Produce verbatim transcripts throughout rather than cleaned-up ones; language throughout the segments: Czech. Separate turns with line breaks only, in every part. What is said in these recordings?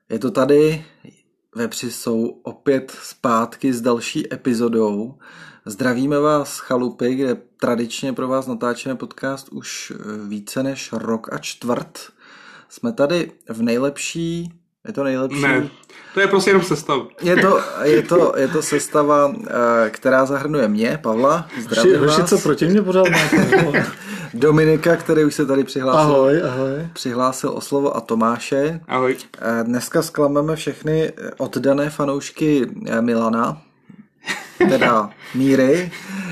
Je to tady, Vepři jsou opět zpátky s další epizodou. Zdravíme vás z chalupy, kde tradičně pro vás natáčíme podcast už více než rok a čtvrt. Jsme tady v nejlepší, je to nejlepší...
Ne, to je prostě jenom sestava.
Je to, je to, je to sestava, která zahrnuje mě, Pavla, zdravím vás.
Hoši, co proti mě pořád máte?
Dominika, který už se tady přihlásil,
ahoj, ahoj.
přihlásil o slovo, a Tomáše.
Ahoj.
Dneska zklameme všechny oddané fanoušky Milana, teda Míry,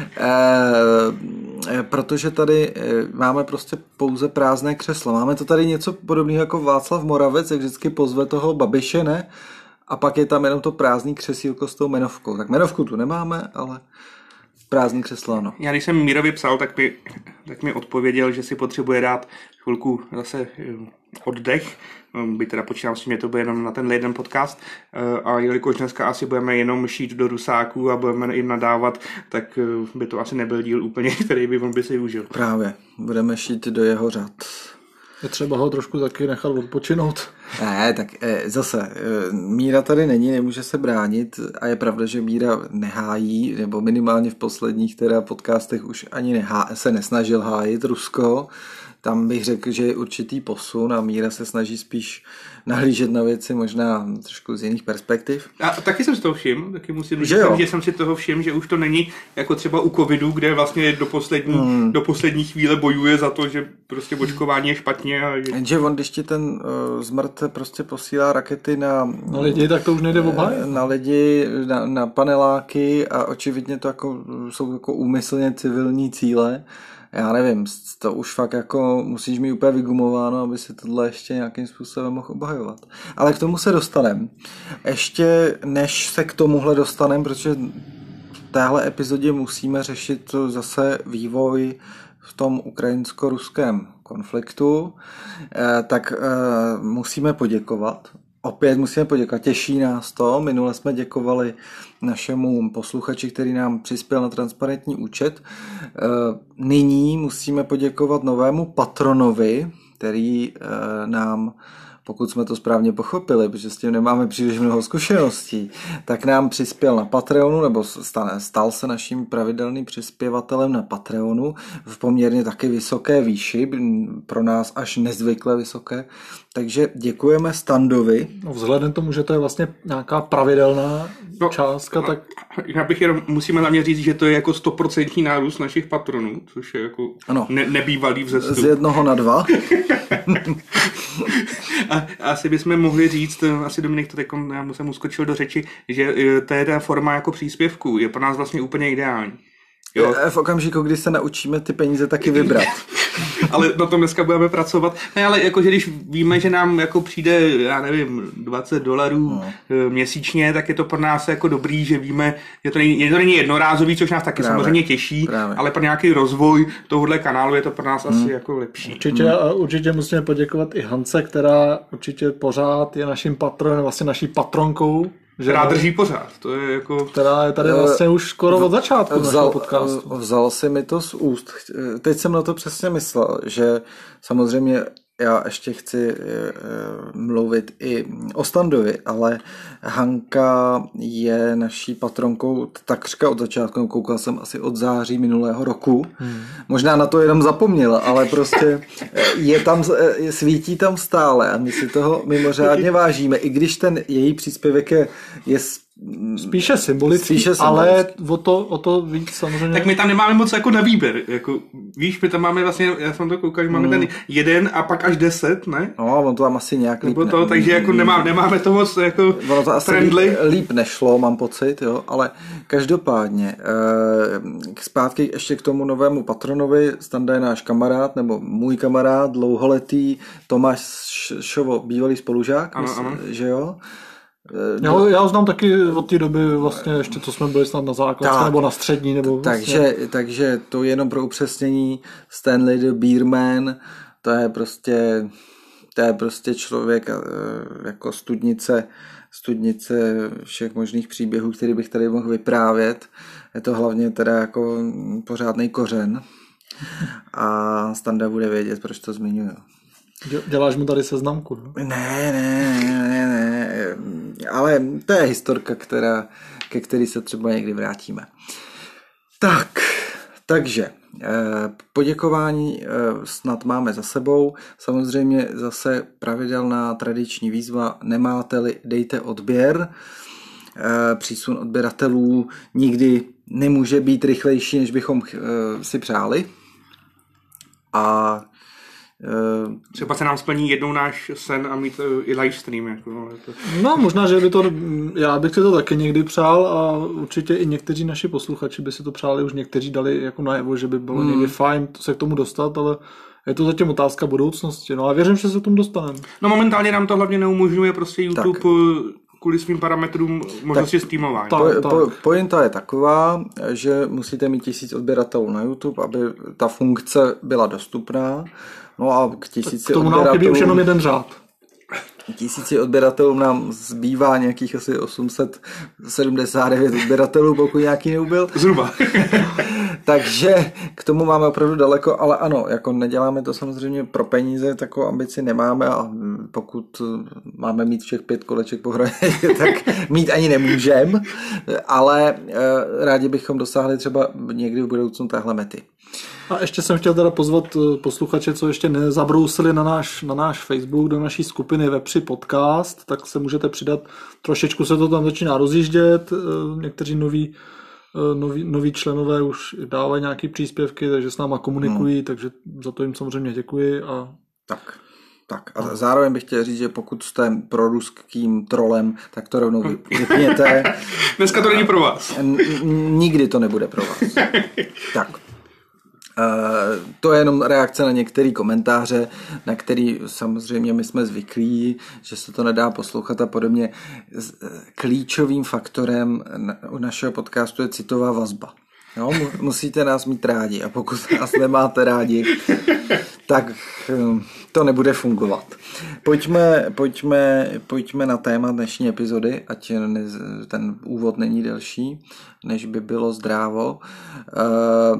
protože tady máme prostě pouze prázdné křeslo. Máme to tady něco podobného jako Václav Moravec, jak vždycky pozve toho Babiše, ne? A pak je tam jenom to prázdný křesílko s tou jmenovkou. Tak jmenovku tu nemáme, ale prázdný křeslo ano.
Já když jsem Mírovi psal, tak mi, tak mi odpověděl, že si potřebuje dát chvilku zase oddech. Byť teda počítám s tím, že to bude jenom na ten jeden podcast. A jelikož dneska asi budeme jenom šít do rusáků a budeme jim nadávat, tak by to asi nebyl díl úplně, který by on by si užil.
Právě. Budeme šít do jeho řad.
Je třeba ho trošku taky nechat odpočinout.
Ne, tak zase, Míra tady není, nemůže se bránit a je pravda, že Míra nehájí, nebo minimálně v posledních teda podcastech už ani nehá, se nesnažil hájit Rusko. Tam bych řekl, že je určitý posun a Míra se snaží spíš nahlížet na věci možná trošku z jiných perspektiv.
A taky jsem si toho všiml, taky musím říct,
že,
že jsem si toho všiml, že už to není jako třeba u covidu, kde vlastně do poslední, hmm. do poslední chvíle bojuje za to, že prostě očkování je špatně. A že...
Jenže on, když ti ten uh, zmrt prostě posílá rakety na,
na lidi, tak to už nejde obhájit.
Na lidi, na, na paneláky a očividně to jako, jsou jako úmyslně civilní cíle. Já nevím, to už fakt jako musíš mít úplně vygumováno, aby si tohle ještě nějakým způsobem mohl obhajovat. Ale k tomu se dostaneme. Ještě než se k tomuhle dostaneme, protože v téhle epizodě musíme řešit zase vývoj v tom ukrajinsko-ruském konfliktu, tak musíme poděkovat. Opět musíme poděkovat, těší nás to. Minule jsme děkovali našemu posluchači, který nám přispěl na transparentní účet. Nyní musíme poděkovat novému patronovi, který nám, pokud jsme to správně pochopili, protože s tím nemáme příliš mnoho zkušeností, tak nám přispěl na Patreonu, nebo stal se naším pravidelným přispěvatelem na Patreonu v poměrně taky vysoké výši, pro nás až nezvykle vysoké. Takže děkujeme Standovi.
No, vzhledem tomu, že to je vlastně nějaká pravidelná no, částka, tak...
Já bych jenom, musíme hlavně říct, že to je jako stoprocentní nárůst našich patronů, což je jako ne, nebývalý vzestup.
Z jednoho na dva.
A asi bychom mohli říct, asi Dominik to teď já jsem uskočil do řeči, že to je ta forma jako příspěvku, je pro nás vlastně úplně ideální.
Jo? V okamžiku, kdy se naučíme ty peníze taky vybrat.
Ale na tom dneska budeme pracovat. Ne, ale jakože když víme, že nám jako přijde, já nevím, dvacet dolarů no. měsíčně, tak je to pro nás jako dobrý, že víme, že to není, to není jednorázový, což nás taky právě, samozřejmě těší, právě. Ale pro nějaký rozvoj tohohle kanálu je to pro nás hmm. asi jako lepší.
Určitě, hmm. a určitě musíme poděkovat i Hance, která určitě pořád je naším patronem, vlastně naší patronkou.
Že která drží pořád, to je jako...
Která je tady vlastně uh, už skoro od začátku
vzal,
našeho podcastu.
Vzal si mi to z úst. Teď jsem na to přesně myslel, že samozřejmě já ještě chci mluvit i o Standovi, ale Hanka je naší patronkou takřka od začátku, koukal jsem asi od září minulého roku. Hmm. Možná na to jenom zapomněla, ale prostě je tam, svítí tam stále a my si toho mimořádně vážíme, i když ten její příspěvek je, je
spíše symbolický, Spíše symbolický, ale o to, o to víc samozřejmě.
Tak my tam nemáme moc jako na výběr. Jako, víš, my tam máme vlastně, já jsem to koukal, že máme mm. ten jeden a pak až deset, ne?
No, on to tam asi nějak líp
ne, to, takže jako nemá, nemáme to moc jako
ono to asi
friendly.
Líp, líp nešlo, mám pocit, jo, ale každopádně eh, zpátky ještě k tomu novému patronovi. Standa je náš kamarád, nebo můj kamarád, dlouholetý Tomáš Šovo, bývalý spolužák,
ano,
myslím,
ano.
že jo?
Já, já ho znám taky od té doby vlastně ještě, co jsme byli snad na základce nebo na střední. Nebo
takže,
vlastně.
takže to jenom pro upřesnění, Stanley the Beerman, to je prostě, to je prostě člověk jako studnice, studnice všech možných příběhů, který bych tady mohl vyprávět. Je to hlavně teda jako pořádnej kořen a Standa bude vědět, proč to zmiňuju.
Děláš mu tady seznamku, no?
Ne, ne, ne, ne, ne. ale to je historka, která, ke který se třeba někdy vrátíme. Tak, takže poděkování snad máme za sebou. Samozřejmě zase pravidelná tradiční výzva, nemáte-li, dejte odběr. Přísun odběratelů nikdy nemůže být rychlejší, než bychom si přáli. A
třeba se nám splní jednou náš sen a mít i live stream. Jako, no, to...
no možná, že by to, já bych si to taky někdy přál a určitě i někteří naši posluchači by si to přáli, už někteří dali jako najevo, že by bylo hmm. někdy fajn se k tomu dostat, ale je to zatím otázka budoucnosti. No a věřím, že se k tomu dostaneme.
No momentálně nám to hlavně neumožňuje prostě YouTube tak. Kvůli svým parametrům možnosti streamování.
Po, po, pointa je taková, že musíte mít tisíc odběratelů na YouTube, aby ta funkce byla dostupná. No a k tisíci
k tomu nám chybí už jenom jeden řád.
Tisíci odběratelů nám zbývá nějakých asi osm set sedmdesát devět odběratelů, pokud nějaký neubyl.
Zhruba.
Takže k tomu máme opravdu daleko, ale ano, jako neděláme to samozřejmě pro peníze, takovou ambici nemáme a pokud máme mít všech pět koleček pohromadě, tak mít ani nemůžeme, ale rádi bychom dosáhli třeba někdy v budoucnu téhle mety.
A ještě jsem chtěl teda pozvat posluchače, co ještě nezabrousili na náš, na náš Facebook, do naší skupiny Web tři Podcast, tak se můžete přidat. Trošičku se to tam začíná rozjíždět, někteří noví, noví, noví členové už dávají nějaké příspěvky, takže s náma komunikují, hmm. takže za to jim samozřejmě děkuji. A...
Tak. Tak a zároveň bych chtěl říct, že pokud jste proruským trolem, tak to rovnou vypněte.
Dneska to není pro vás.
Nikdy to nebude pro vás. Tak. Uh, to je jenom reakce na některé komentáře, na který samozřejmě my jsme zvyklí, že se to nedá poslouchat a podobně. Klíčovým faktorem u našeho podcastu je citová vazba. Jo, musíte nás mít rádi a pokud nás nemáte rádi, tak to nebude fungovat. Pojďme, pojďme, pojďme na téma dnešní epizody, ať ten úvod není delší, než by bylo zdrávo. Uh,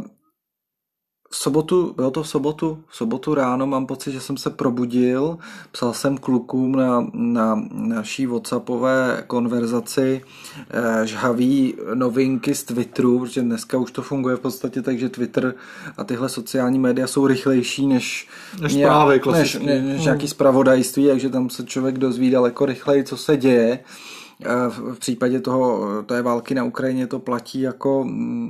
V sobotu, bylo to v sobotu, v sobotu ráno mám pocit, že jsem se probudil, psal jsem klukům na, na naší WhatsAppové konverzaci eh, žhavý novinky z Twitteru, protože dneska už to funguje v podstatě tak, že Twitter a tyhle sociální média jsou rychlejší než,
než zprávy klasicky.
Než, než, než nějaký zpravodajství, takže tam se člověk dozví daleko rychleji, co se děje. V případě toho, té války na Ukrajině to platí jako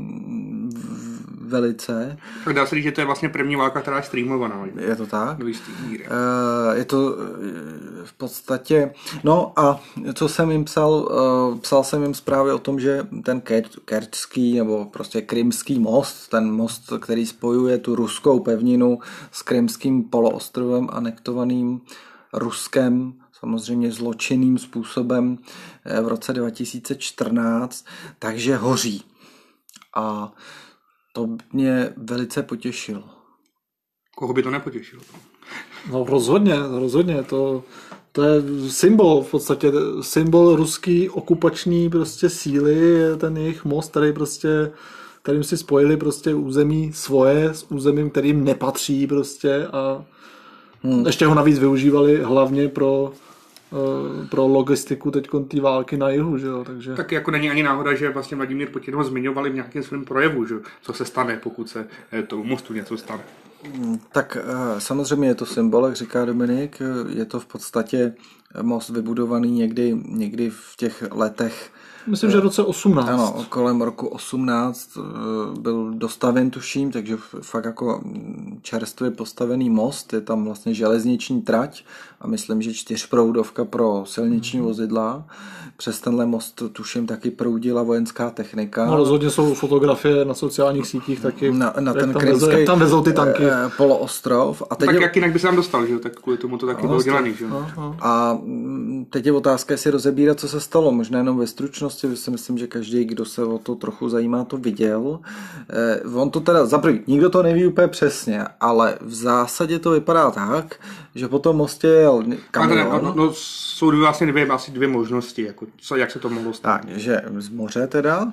velice.
Tak dá se říct, že to je vlastně první válka, která je streamovaná.
Je to tak? Je to v podstatě... No a co jsem jim psal, psal jsem jim zprávy o tom, že ten kerčský nebo prostě krymský most, ten most, který spojuje tu ruskou pevninu s krymským poloostrovem anektovaným Ruskem, samozřejmě zločinným způsobem v roce dva tisíce čtrnáct, takže hoří. A to mě velice potěšilo.
Koho by to nepotěšilo?
No rozhodně, rozhodně. To, to je symbol, v podstatě symbol ruský okupační prostě síly, ten jejich most, který prostě, kterým si spojili prostě území svoje s územím, kterým nepatří prostě a hmm. ještě ho navíc využívali hlavně pro pro logistiku teď té války na jihu, že jo, takže...
Tak jako není ani náhoda, že vlastně Vladimír Putin ho zmiňovali v nějakém svém projevu, že co se stane, pokud se tomu mostu něco stane.
Tak samozřejmě je to symbol, jak říká Dominik, je to v podstatě most vybudovaný někdy, někdy v těch letech.
Myslím, že v roce osmnáct.
Ano, kolem roku osmnáct byl dostaven, tuším, takže fakt jako čerstvě postavený most, je tam vlastně železniční trať a myslím, že čtyřproudovka pro silniční vozidla. Přes tenhle most, tuším, taky proudila vojenská technika.
No, rozhodně jsou fotografie na sociálních sítích taky,
na, na ten
tam,
krymský,
vezou, tam vezou ty tanky.
Poloostrov. A teď
tak
je...
jak jinak by se tam dostal, že? Tak kvůli tomu to taky no, bylo dělaný. Že?
No, no. A teď je otázka, jestli rozebírat, co se stalo. Možná jenom ve stručnosti, že si myslím, že každý, kdo se o to trochu zajímá, to viděl. Eh, on to teda, za první, nikdo to neví úplně přesně, ale v zásadě to vypadá tak, že po tom mostě jel kamion.
No, no, jsou dvě, vlastně dvě, asi dvě možnosti, jako, co, jak se to mohlo stát.
Tak, že z moře teda.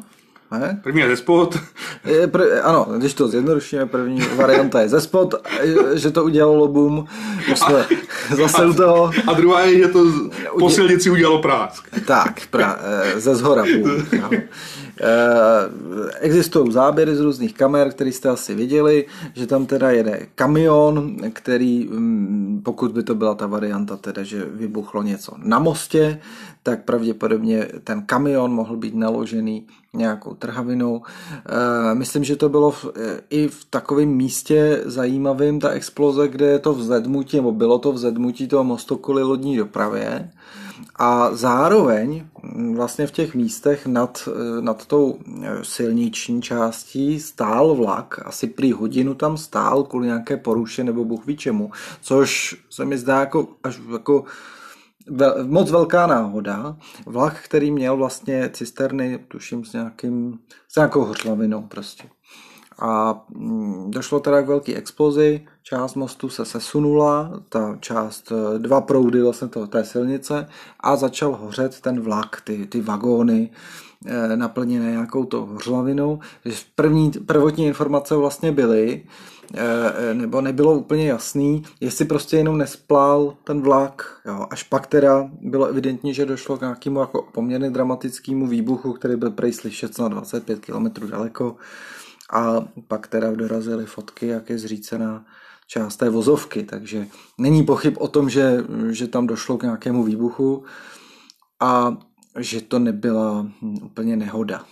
Ne?
První je ze spod.
Pr- ano, když to zjednodušíme, první varianta je ze spod, že to udělalo boom, už jsme zase u toho.
A druhá je, že to po silnici udělalo prásk.
Tak, pra, ze zhora boom. No. Existují záběry z různých kamer, které jste asi viděli, že tam teda jede kamion, který, pokud by to byla ta varianta, teda, že vybuchlo něco na mostě, tak pravděpodobně ten kamion mohl být naložený nějakou trhavinou. Myslím, že to bylo v, i v takovém místě zajímavým, ta exploze, kde je to vzedmutí, nebo bylo to vzedmutí toho mostu kvůli lodní dopravě. A zároveň vlastně v těch místech nad, nad tou silniční částí stál vlak, asi prý hodinu tam stál kvůli nějaké poruše nebo bůh ví čemu, což se mi zdá jako, až jako vel, moc velká náhoda. Vlak, který měl vlastně cisterny, tuším s, nějakým, s nějakou hořlavinou prostě. A došlo teda k velké explozi, část mostu se sesunula, ta část, dva proudy vlastně toho, té silnice a začal hořet ten vlak, ty, ty vagóny e, naplněné nějakou tou hořlavinou. První, prvotní informace vlastně byly, e, nebo nebylo úplně jasný, jestli prostě jenom nesplál ten vlak, jo, až pak teda bylo evidentní, že došlo k nějakému jako poměrně dramatickému výbuchu, který byl prej slyšet na dvacet pět kilometrů daleko. A pak teda dorazily fotky, jak je zřícená část té vozovky, takže není pochyb o tom, že, že tam došlo k nějakému výbuchu a že to nebyla úplně nehoda.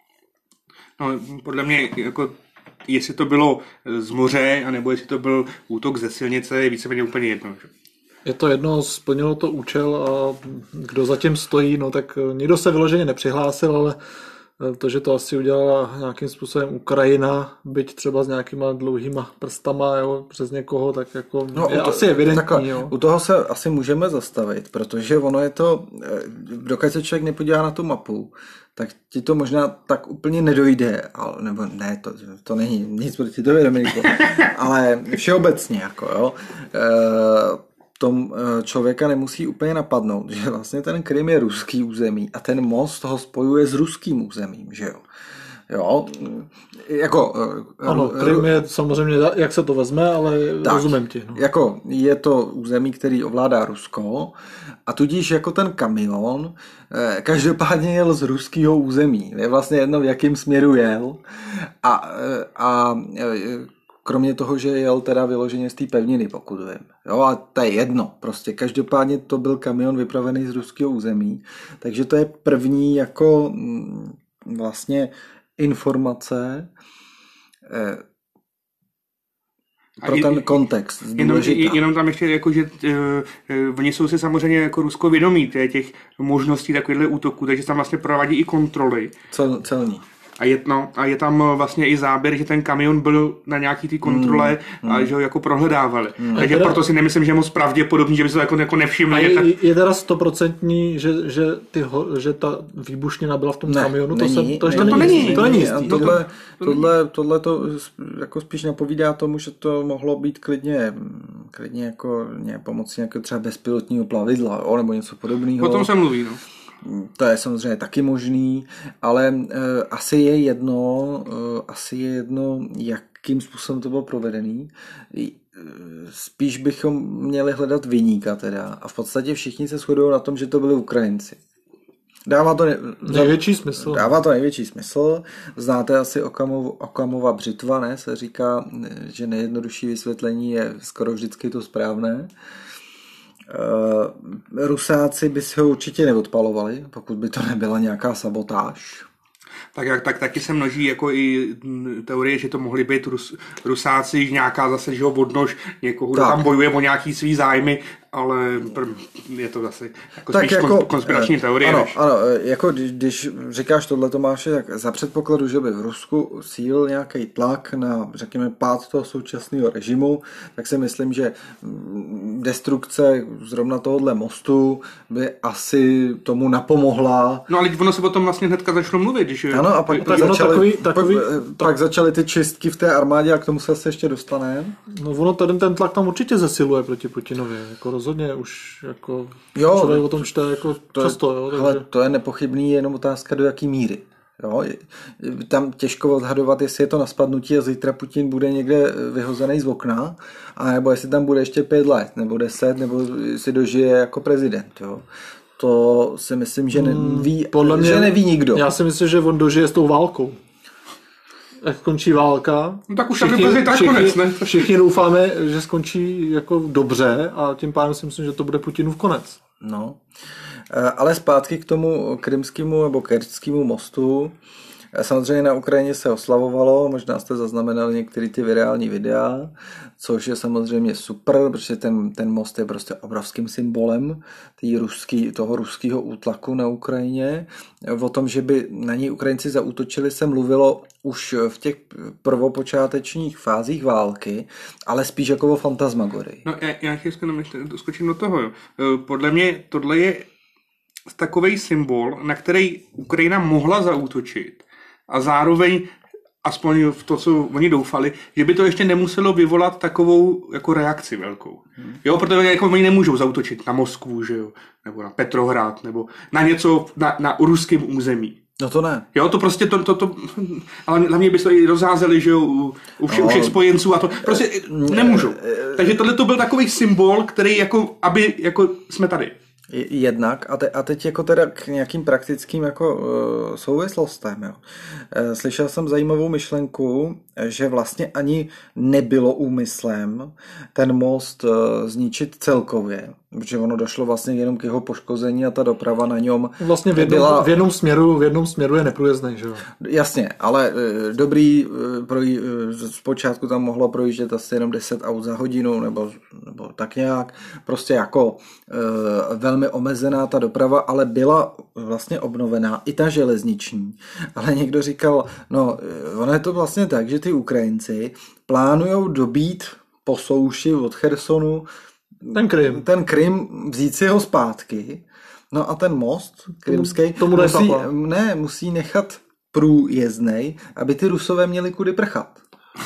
No, podle mě, jako, jestli to bylo z moře, anebo jestli to byl útok ze silnice, je víceméně úplně jedno. Že?
Je to jedno, splnilo to účel a kdo zatím stojí, no tak nikdo se vyloženě nepřihlásil, ale to, že to asi udělala nějakým způsobem Ukrajina, byť třeba s nějakýma dlouhýma prstama, jo, přes někoho, tak jako no, je to, asi evidentní. Takhle, jo.
U toho se asi můžeme zastavit, protože ono je to, dokud se člověk nepodívá na tu mapu, tak ti to možná tak úplně nedojde, ale, nebo ne, to, to není nic proti tobě, Dominiku, ale všeobecně, jako jo, e, tom člověka nemusí úplně napadnout, že vlastně ten Krym je ruský území a ten most ho spojuje s ruským územím, že jo. Jo, jako...
Ano, Krym je samozřejmě, jak se to vezme, ale tak, rozumím ti. No.
Jako je to území, který ovládá Rusko a tudíž jako ten kamion každopádně jel z ruského území. Je vlastně jedno, v jakém směru jel a, a kromě toho, že jel teda vyloženě z té pevniny, pokud vím. Jo, a to je jedno. Prostě každopádně to byl kamion vypravený z ruského území. Takže to je první jako vlastně informace eh, pro ten kontext.
Jenom, jenom tam ještě jako, že uh, oni jsou si samozřejmě jako Rusko vědomí těch možností takovýchhle útoků, takže tam vlastně provádí i kontroly.
Cel, celní.
A je, no, a je tam vlastně i záběr, že ten kamion byl na nějaký ty kontrole mm, a mm. že ho jako prohledávali. Mm. Takže teda, proto si nemyslím, že je moc pravděpodobný, že by se to jako, jako nevšimli.
Je,
tak...
je teda stoprocentní, že, že, ty ho, že ta výbušnina byla v tom ne, kamionu? To,
není,
se, to,
není,
to
není.
není. To není jistý.
Tohle, tohle, tohle to jako spíš napovídá tomu, že to mohlo být klidně, klidně jako ně, pomocí nějakého třeba bezpilotního plavidla, o, nebo něco podobného.
Potom se mluví, no.
To je samozřejmě taky možný, ale uh, asi je jedno, uh, asi je jedno, jakým způsobem to bylo provedený. Spíš bychom měli hledat viníka teda. A v podstatě všichni se shodují na tom, že to byli Ukrajinci. Dává to ne...
největší smysl.
Dává to největší smysl. Znáte asi Okamov, Okamova břitva, ne? Se říká, že nejjednodušší vysvětlení je skoro vždycky to správné. Uh, Rusáci by si ho určitě neodpalovali, pokud by to nebyla nějaká sabotáž.
Tak, jak, tak taky se množí jako i teorie, že to mohly být Rus, Rusáci, nějaká zase, že ho odnož někoho, kdo tam bojuje o nějaký svý zájmy, ale je to zase jako tak spíš jako, konspirační teorie.
Ano,
než...
ano, jako když, když říkáš tohle, Tomáše, tak za předpokladu, že by v Rusku sílil nějaký tlak na, řekněme, pád toho současného režimu, tak si myslím, že destrukce zrovna tohohle mostu by asi tomu napomohla.
No ale ono se o tom vlastně hnedka začalo mluvit, když...
Ano, a pak, pak, začaly, takový, takový, pak, tak... pak začaly ty čistky v té armádě a k tomu se asi ještě dostaneme.
No ono tady ten tlak tam určitě zesiluje proti Putinovi, jako rozhodně už jako jo, člověk o tom čte jako
to
často.
Je,
jo, takže...
ale to je nepochybný, jenom otázka do jaký míry. Jo? Tam těžko odhadovat, jestli je to na spadnutí a zítra Putin bude někde vyhozený z okna, a nebo jestli tam bude ještě pět let, nebo deset, nebo si dožije jako prezident. Jo? To si myslím, že neví,
Podle mě,
že neví nikdo.
Já si myslím, že on dožije s tou válkou. Jak končí válka,
no tak už všichni, tady tak
všichni,
konec, ne?
všichni doufáme, že skončí jako dobře a tím pádem si myslím, že to bude Putinův konec.
No, ale zpátky k tomu krymskému nebo kerčskému mostu. Samozřejmě na Ukrajině se oslavovalo, možná jste zaznamenali některé ty virální videa, což je samozřejmě super, protože ten, ten most je prostě obrovským symbolem tý ruský, toho ruského útlaku na Ukrajině. O tom, že by na ní Ukrajinci zaútočili, se mluvilo už v těch prvopočátečních fázích války, ale spíš jako o fantasmagorii.
No já, já skočím do toho. Jo. Podle mě tohle je takovej symbol, na který Ukrajina mohla zaútočit. A zároveň, aspoň v to, co oni doufali, že by to ještě nemuselo vyvolat takovou jako reakci velkou. Hmm. Jo, protože jako oni nemůžou zaútočit na Moskvu, že jo, nebo na Petrohrad, nebo na něco na, na ruském území.
No to ne.
Jo, to prostě to, to, to ale hlavně by se to i rozházeli, že jo, u, u, všech, no. u všech spojenců a to prostě nemůžou. Takže tohle to byl takový symbol, který jako, aby jako jsme tady.
Jednak a, te, a teď jako teda k nějakým praktickým jako uh, souvislostem. Jo. Uh, slyšel jsem zajímavou myšlenku, že vlastně ani nebylo úmyslem ten most uh, zničit celkově, protože ono došlo vlastně jenom k jeho poškození a ta doprava na něm
vlastně v jednom, byla... v jednom směru v jednom směru je neprůjezdný, že jo?
Jasně, ale uh, dobrý, uh, proj, uh, zpočátku tam mohlo projíždět asi jenom deset aut za hodinu, nebo, nebo tak nějak, prostě jako uh, velmi omezená ta doprava, ale byla vlastně obnovená i ta železniční. Ale někdo říkal, no ono je to vlastně tak, že ty Ukrajinci plánujou dobít po souši od Chersonu
ten Krym,
ten Krym vzít si ho zpátky, no a ten most krymský
tomu, tomu
musí, ne, musí nechat průjezdnej, aby ty Rusové měli kudy prchat.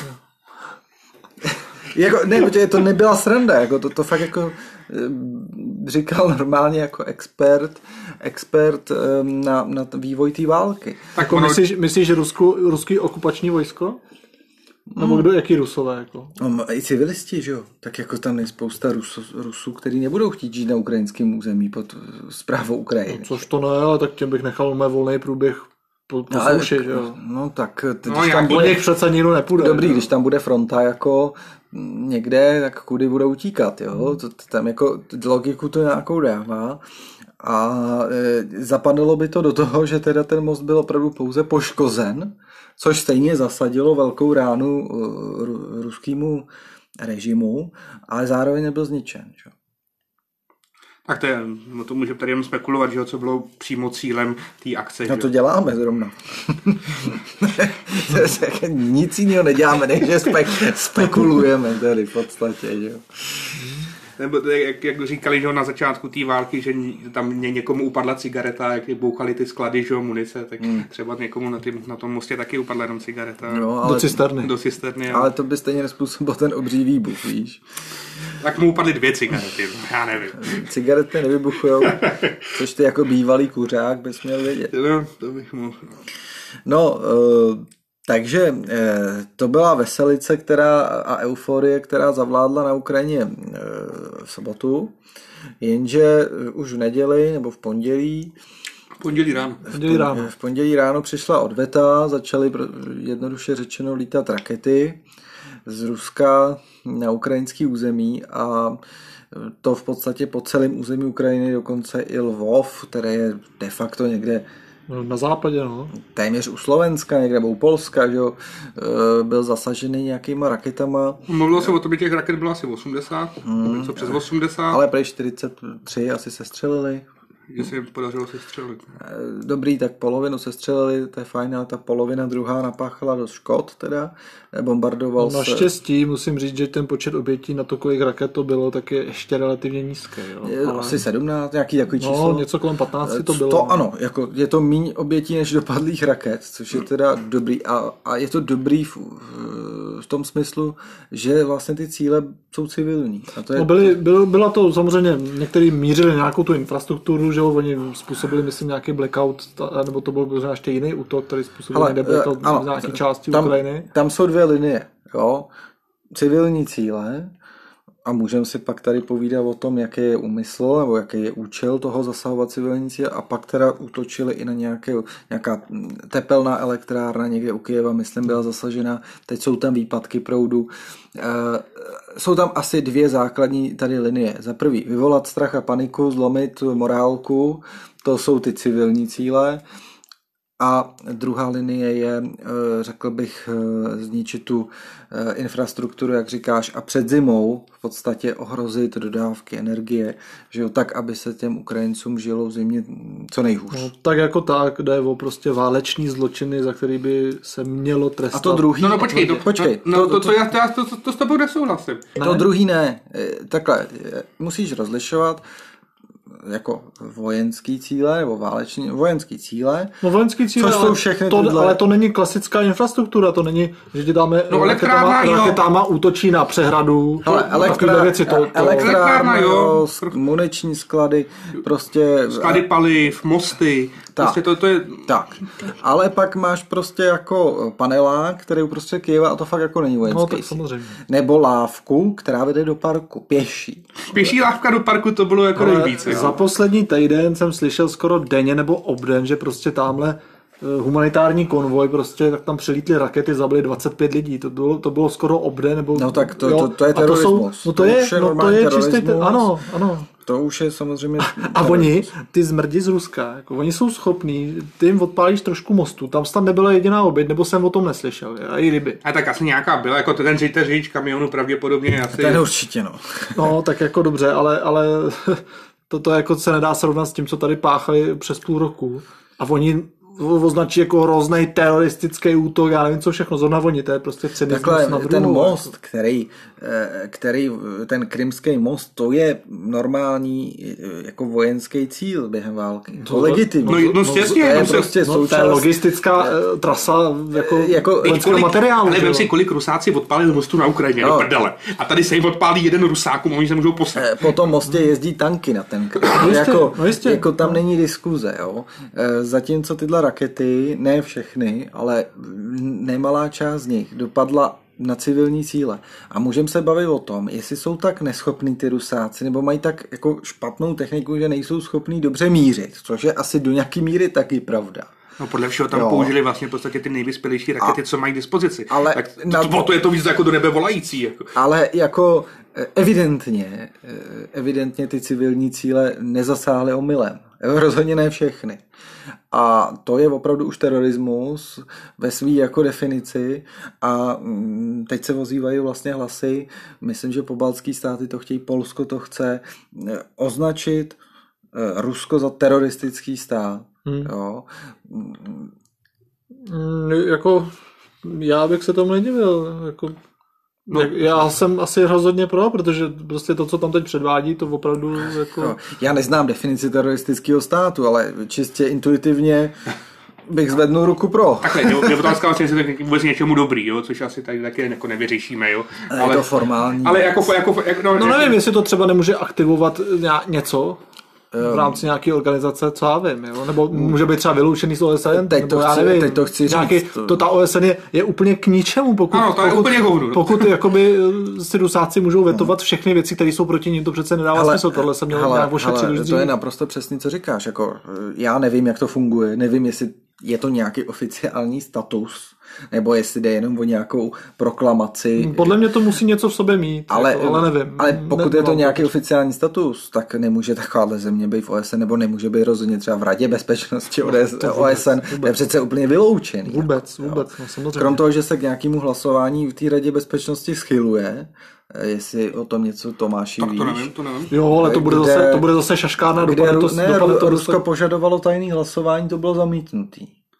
jako, ne, protože to nebyla sranda, jako to, to fakt jako říkal normálně jako expert, expert na, na vývoj té války.
Tak jako myslíš, myslíš, že Rusku, ruský okupační vojsko? Nebo kdo, jaký Rusové? Jako?
No, i civilisti, že jo? Tak jako tam je spousta Rusu, Rusů, kteří nebudou chtít žít na ukrajinském území pod správou Ukrajiny.
No, což to ne, ale tak těm bych nechal mé volný průběh po, po
no,
souši, že jo?
No tak,
no, když tam
bude, přece nikdo nepůjde.
Dobrý,
jo?
Když tam bude fronta jako někde, tak kudy budou utíkat, jo? To, tam jako logiku to nějakou dává. A e, zapadlo by to do toho, že teda ten most byl opravdu pouze poškozen, což stejně zasadilo velkou ránu uh, ruskému režimu, ale zároveň nebyl zničen. Že?
Tak to je, no to můžeme tady jenom spekulovat, že co bylo přímo cílem té akce.
No
že?
to děláme zrovna. Nic jiného neděláme, než že spek- spekulujeme tady v podstatě. Že?
Nebo jak, jak říkali, že na začátku té války, že tam někomu upadla cigareta, jak bouchali ty sklady, že munice, tak hmm. třeba někomu na, tým, na tom mostě taky upadla jenom cigareta.
No, ale,
do cisterny.
Do cisterny.
Ale to by stejně nespůsobil ten obří výbuch, víš.
Tak mu upadly dvě cigarety, já nevím.
Cigarety nevybuchujou, což ty jako bývalý kuřák bys měl vědět.
No, to bych mohl.
No, uh, takže eh, to byla veselice která, a euforie, která zavládla na Ukrajině eh, v sobotu, jenže už v neděli nebo v pondělí
v pondělí ráno.
V pondělí ráno.
V pondělí ráno přišla odveta, začaly jednoduše řečeno lítat rakety z Ruska na ukrajinský území a to v podstatě po celém území Ukrajiny, dokonce i Lvov, které je de facto někde
na západě, no.
Téměř u Slovenska, někde u Polska, že jo, byl zasažený nějakýma raketama.
Mluvilo se o tom, že těch raket bylo asi osmdesát, hmm. něco přes osmdesát.
Ale prý čtyřicet tři asi sestřelili.
Že se jim podařilo sestřelit.
Dobrý, tak polovinu sestřelili, to je fajn, ale ta polovina druhá napáchala dost škod, teda bombardoval
no,
se.
Naštěstí musím říct, že ten počet obětí na to, kolik raket to bylo, tak je ještě relativně nízký. Jo?
Je, ale... Asi sedmnáct, nějaký takový
no,
číslo.
něco kolem patnáct to bylo.
To no. Ano, jako je to míň obětí než dopadlých raket, což je teda dobrý a, a je to dobrý v, v tom smyslu, že vlastně ty cíle jsou civilní. A to je...
No byly, bylo, byla to samozřejmě, někteří mířili nějakou tu infrastrukturu, že jo, oni způsobili, myslím, nějaký blackout, nebo to byl možná ještě jiný útok, který způsobil někde blackout v nějaké části
tam,
Ukrajiny.
Tam jsou dvě linie, jo. Civilní cíle, a můžeme si pak tady povídat o tom, jaký je úmysl nebo jaký je účel toho zasahovat civilní cíle, a pak teda útočili i na nějaké, nějaká tepelná elektrárna někde u Kyjeva, myslím, byla zasažena. Teď jsou tam výpadky proudu. E, jsou tam asi dvě základní tady linie. Za prvý, vyvolat strach a paniku, zlomit morálku, to jsou ty civilní cíle. A druhá linie je, řekl bych, zničit tu infrastrukturu, jak říkáš, a před zimou v podstatě ohrozit dodávky energie, že jo, tak, aby se těm Ukrajincům žilo v zimě co nejhůř.
No, tak jako tak, jde o prostě váleční zločiny, za který by se mělo trestat.
A to druhý...
No, no počkej, to,
počkej,
no,
to,
to, to,
to,
to, já, to, já to, to, to s tebou nesouhlasím.
Ne? To druhý ne. Takhle, musíš rozlišovat jako vojenský cíle nebo váleční vojenský cíle.
No vojenský cíle,
jsou všechny
to,
tyhle...
ale to není klasická infrastruktura, to není, že ti dáme
no,
raketama, raketama útočí na přehradu.
Ale elektrá,
věci, to, to...
elektrárna, jo, muniční sklady, prostě...
Sklady paliv, mosty,
tak,
prostě to, to je...
Tak, ale pak máš prostě jako panelák, který prostě Kyjeva, a to fakt jako není vojenský.
No, tak samozřejmě.
Nebo lávku, která vede do parku, pěší.
Pěší lávka do parku, to bylo jako nejvíce.
Za poslední týden jsem slyšel skoro denně nebo obden, že prostě tamhle humanitární konvoj, prostě tak tam přelítly rakety, zabili dvacet pět lidí. To bylo, to bylo skoro obden, nebo...
No tak to, to, to je terorismus.
To, to, to, to je, no to je čistý, te, ano, ano.
To už je samozřejmě...
A oni, ty zmrdi z Ruska, jako, oni jsou schopní, ty jim odpálíš trošku mostu, tam tam nebyla jediná oběť, nebo jsem o tom neslyšel, a i kdyby.
A tak asi nějaká byla, jako ten řidič, řidič kamionu pravděpodobně asi...
Ten určitě, no.
No, tak jako dobře, ale, ale toto jako se nedá srovnat s tím, co tady páchali přes půl roku. A oni označí jako hrozný teroristický útok, já nevím co všechno, zrovna oni, to je prostě cynismus na druhou.
Ten most, který, který, ten krymský most, to je normální jako vojenský cíl během války. To, to legitimní.
No, no, no,
to je no, prostě
no,
součást...
To je logistická trasa jako, jako vojenského materiálu.
Ale vem si, kolik Rusáci odpálili mostu na Ukrajině, no. Do prdele. A tady se jim odpálí jeden Rusákům, oni se můžou poslat.
Po tom mostě jezdí tanky na ten Krym.
No jistě,
jako,
no jistě.
Jako tam není diskuze, jo. Zatímco tyhle rakety, ne všechny, ale nemalá část z nich dopadla na civilní cíle. A můžeme se bavit o tom, jestli jsou tak neschopní ty Rusáci, nebo mají tak jako špatnou techniku, že nejsou schopní dobře mířit, což je asi do nějaký míry taky pravda.
No podle všeho tam jo. použili vlastně v podstatě ty nejvyspělejší rakety, a, co mají k dispozici.
Ale
tak to, na, to, to je to víc jako do nebe volající. Jako.
Ale jako evidentně, evidentně ty civilní cíle nezasáhly omylem. Rozhodně ne všechny. A to je opravdu už terorismus ve své jako definici a teď se ozývají vlastně hlasy, myslím, že pobaltský státy to chtějí, Polsko to chce, označit Rusko za teroristický stát. Hmm. Jo.
Jako já bych se tomu nedivil, jako No. Já jsem asi rozhodně pro, protože prostě to, co tam teď předvádí, to opravdu jako... No,
já neznám definici teroristického státu, ale čistě intuitivně bych zvednul ruku pro.
Takhle, je otázka vlastně, jestli to vůbec něčemu dobrý, jo, což asi tady taky jako nevyřešíme, jo.
Ale, je to formální.
Ale jako... jako, jako
no, no nevím, jestli to třeba nemůže aktivovat něco v rámci nějaké organizace, co já vím, jo? Nebo může být třeba vyloučený z O S N,
teď
nebo
to
já
chci,
nevím,
teď to chci
nějaký,
říct.
To ta O S N je, je úplně k ničemu, pokud,
ano, to je
pokud,
úplně hovnu.
pokud jakoby si Rusáci můžou vetovat všechny věci, které jsou proti ním, to přece nedává hele, smysl, tohle se mělo hele, nějak ošetřit už
to je naprosto přesně, co říkáš, jako já nevím, jak to funguje, nevím, jestli je to nějaký oficiální status, nebo jestli jde jenom o nějakou proklamaci.
Podle mě to musí něco v sobě mít, ale, jako, ale nevím.
Ale pokud ne, je to nějaký oficiální status, tak nemůže takováhle země být v O S N, nebo nemůže být rozhodně třeba v Radě bezpečnosti O S N, to je přece úplně vyloučený.
Vůbec, vůbec, no, samozřejmě.
Krom toho, že se k nějakému hlasování v té Radě bezpečnosti schyluje, jestli o tom něco Tomáši
tak
víš.
to nevím, to nevím.
Jo, ale to bude, kde, zase, to bude zase šaškárna.
Kde Ru,
to,
ne, Ru, to Rusko dostat... požadovalo tajný hlasování, to bylo zamítnutý.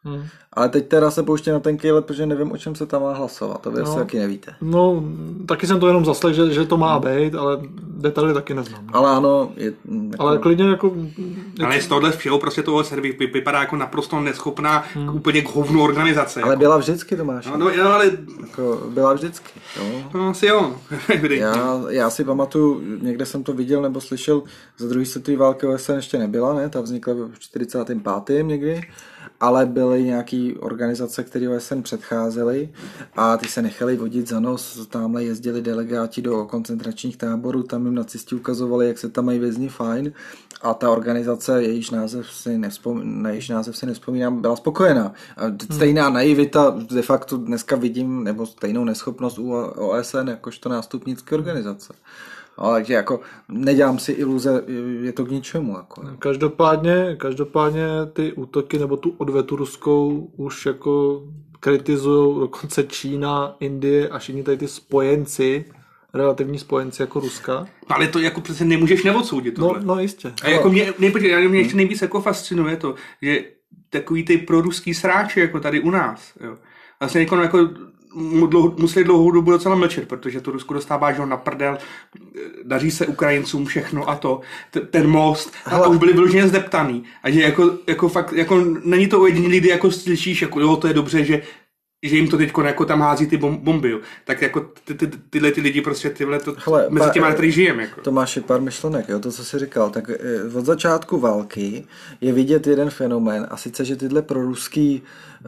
Hmm. Ale teď teda se pouštím na ten kejlet, protože nevím, o čem se tam má hlasovat. To vy asi
no,
taky nevíte.
No, taky jsem to jenom zaslech, že, že to má být, ale detaily taky neznám. No.
Ale ano. Je,
jako... Ale klidně jako...
Je... Ale z tohohle všeho prostě toho se vypadá jako naprosto neschopná hmm. úplně k hovnu organizace.
Ale
jako.
byla vždycky, Tomáš.
No, no, no ale...
Jako, byla vždycky. Jo.
No asi jo.
já, já si pamatuju, někde jsem to viděl nebo slyšel, za druhé světové války O S N ještě nebyla, ne? Ta vznikla v čtyřicátém pátém někdy. Ale byly nějaký organizace, které O S N předcházely a ty se nechali vodit za nos, tamhle jezdili delegáti do koncentračních táborů, tam jim nacisti ukazovali, jak se tam mají vězni fajn a ta organizace, jejíž název si, nevzpom, na jejíž název si nevzpomínám, byla spokojená. A stejná naivita de facto dneska vidím, nebo stejnou neschopnost u O S N jakožto nástupnické organizace. No, takže jako nedělám si iluze, je to k ničemu. Jako.
Každopádně, každopádně ty útoky nebo tu odvetu ruskou už jako kritizují dokonce Čína, Indie a všichni tady ty spojenci, relativní spojenci jako Ruska.
No, ale to jako přece nemůžeš neodsoudit tohle.
No, no jistě.
A jako mě, nejpočkej, mě ještě nejvíc jako fascinuje to, že takový ty proruský sráči jako tady u nás, jo. Vlastně jako, jako dlouho, museli dlouhou dobu docela mlčet, protože to Rusko dostává že na prdel, daří se Ukrajincům všechno a to, t- ten most, a už byli vyloženě zdeptaný. A že jako, jako fakt, jako není to ojedinělý, kdy jako slyšíš, jako jo, to je dobře, že že jim to teď jako tam hází ty bomby, jo. Tak jako ty, ty, tyhle ty lidi prostě tyhle to, Hele, mezi těma, který žijeme. Jako.
To máš pár myšlenek, jo, to, co jsi říkal. Tak od začátku války je vidět jeden fenomén a sice, že tyhle proruský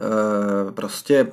e, prostě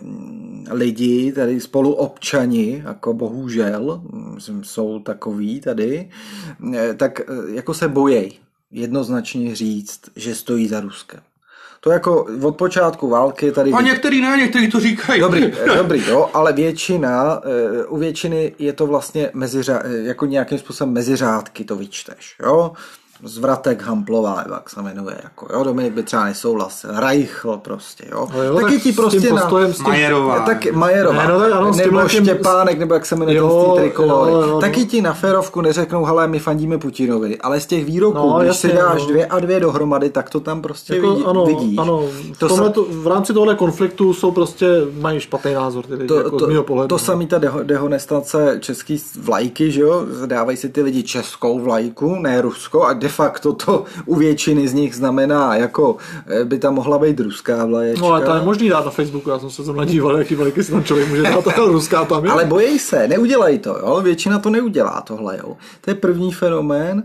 lidi, tady spoluobčani, jako bohužel, jsou takový tady, e, tak jako se bojí jednoznačně říct, že stojí za Ruskem. To jako od počátku války tady...
A některý ne, některý to říkají.
Dobrý, dobrý, jo, ale většina, u většiny je to vlastně meziřá, jako nějakým způsobem meziřádky to vyčteš, jo. Zvratek Hamplová, jak se jmenuje, jako, jo, Dominik by třeba nesouhlasil, Reichl prostě, jo.
jo
taky
tak
ti prostě na...
Majerová.
Tak Majerová, ne, no, tak, ano, nebo tím... Štěpánek, nebo jak se jmenuje ten Trikolóry. Taky ti na férovku neřeknou, hele, my fandíme Putinovi, ale z těch výroků, no, když jasně, si dáš no. dvě a dvě dohromady, tak to tam prostě
jako,
vidí,
ano,
vidíš.
Ano, v, to tomhleto, v rámci tohle konfliktu jsou prostě, mají špatný názor, tedy,
to,
jako
to,
z mýho pohledu.
To samý ta deho, dehonestace český vlajky, že jo, dávají si ty lidi českou vlajku, ne ruskou, a de facto to u většiny z nich znamená, jako by tam mohla být ruská vlaječka.
No ale to je možný dát na Facebooku, já jsem se tam díval, jaký vlajky si tam člověk může dát, ruská tam je.
Ale bojí se, neudělají to, jo, většina to neudělá tohle, jo. To je první fenomén.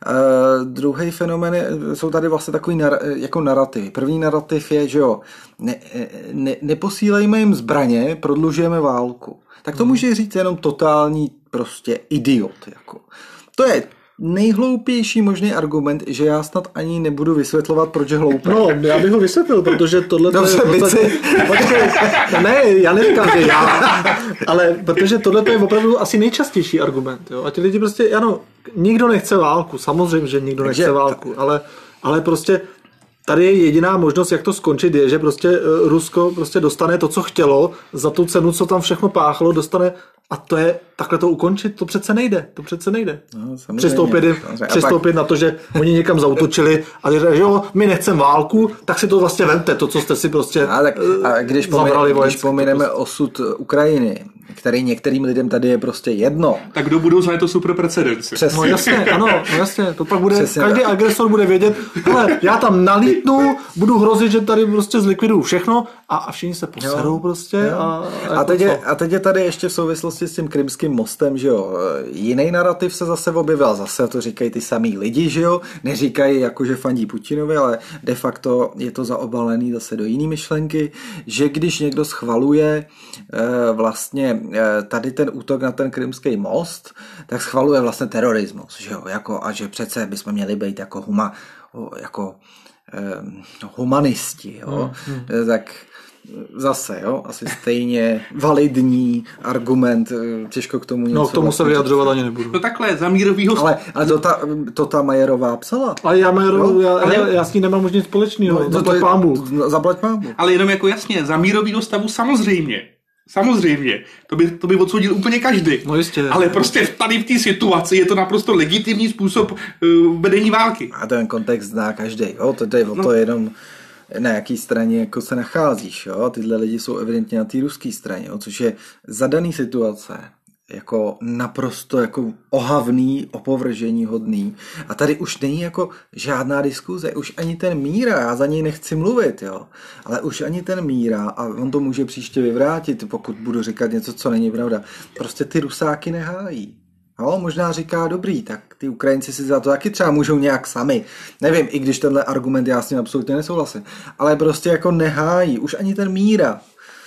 Uh, druhý fenomén je, jsou tady vlastně takový nar, jako narrativy. První narrativ je, že jo, ne, ne, neposílejme jim zbraně, prodlužujeme válku. Tak to hmm. může říct jenom totální prostě idiot, jako. To je nejhloupější možný argument, že já snad ani nebudu vysvětlovat, proč je hloupé.
No, já bych ho vysvětlil, protože tohle
Dobře,
je podstatě... Počkej, ne, já neříkám, že já, ale protože tohle je opravdu asi nejčastější argument. Jo? A ti lidi prostě, ano, nikdo nechce válku, samozřejmě, že nikdo nechce válku, ale, ale prostě tady je jediná možnost, jak to skončit, je, že prostě Rusko prostě dostane to, co chtělo, za tu cenu, co tam všechno páchalo, dostane a to je, takhle to ukončit, to přece nejde, to přece nejde. No, přistoupit, přistoupit pak... na to, že oni někam zautočili a že jo, my nechceme válku, tak si to vlastně vemte, to, co jste si prostě
a tak, a když, pomine, když pomineme osud Ukrajiny, který některým lidem tady je prostě jedno.
Tak do budoucna je to super precedens.
No jasně, ano, no jasně, to pak bude, přesně každý tak. Agresor bude vědět, hele, já tam nalítnu, budu hrozit, že tady prostě zlikviduju všechno a, a všichni se poserou jo, prostě. Jo. A, a,
a, teď je, a teď je tady ještě v souvislosti s tím krymským mostem, že jo, jiný narrativ se zase objevil, zase to říkají ty samý lidi, že jo, neříkají jako, že fandí Putinovi, ale de facto je to zaobalený zase do jiný myšlenky, že když někdo schvaluje e, vlastně e, tady ten útok na ten krymský most, tak schvaluje vlastně terorismus, že jo, jako, a že přece bychom měli být jako huma, jako e, humanisti, jo, hmm, hmm. tak zase, jo, asi stejně validní argument, těžko k tomu něco...
No, k tomu vlastně se vyjadřovat ani nebudu.
No takhle, za mírovýho...
Ale, ale to, ta, to ta Majerová psala.
A já Majerovou, já, ale... já, já s ní nemám už nic společného, no, zaplať pámbu.
Zaplať pámbu.
Ale jenom jako jasně, za mírovýho stavu samozřejmě. Samozřejmě, to by, to by odsoudil úplně každý.
No jistě.
Ale prostě tady v té situaci je to naprosto legitimní způsob uh, vedení války.
A ten kontext zná každý, jo, to, to je o to no. jenom... na jaký straně jako se nacházíš. Jo? Tyhle lidi jsou evidentně na té ruské straně, jo? Což je za daný situace jako naprosto jako ohavný, opovržení hodný. A tady už není jako žádná diskuze, už ani ten Míra, já za něj nechci mluvit, jo, ale už ani ten Míra, a on to může příště vyvrátit, pokud budu říkat něco, co není pravda, prostě ty Rusáky nehájí. No, možná říká, dobrý, tak ty Ukrajinci si za to taky třeba můžou nějak sami. Nevím, i když tenhle argument já s ním absolutně nesouhlasím, ale prostě jako nehájí, už ani ten Míra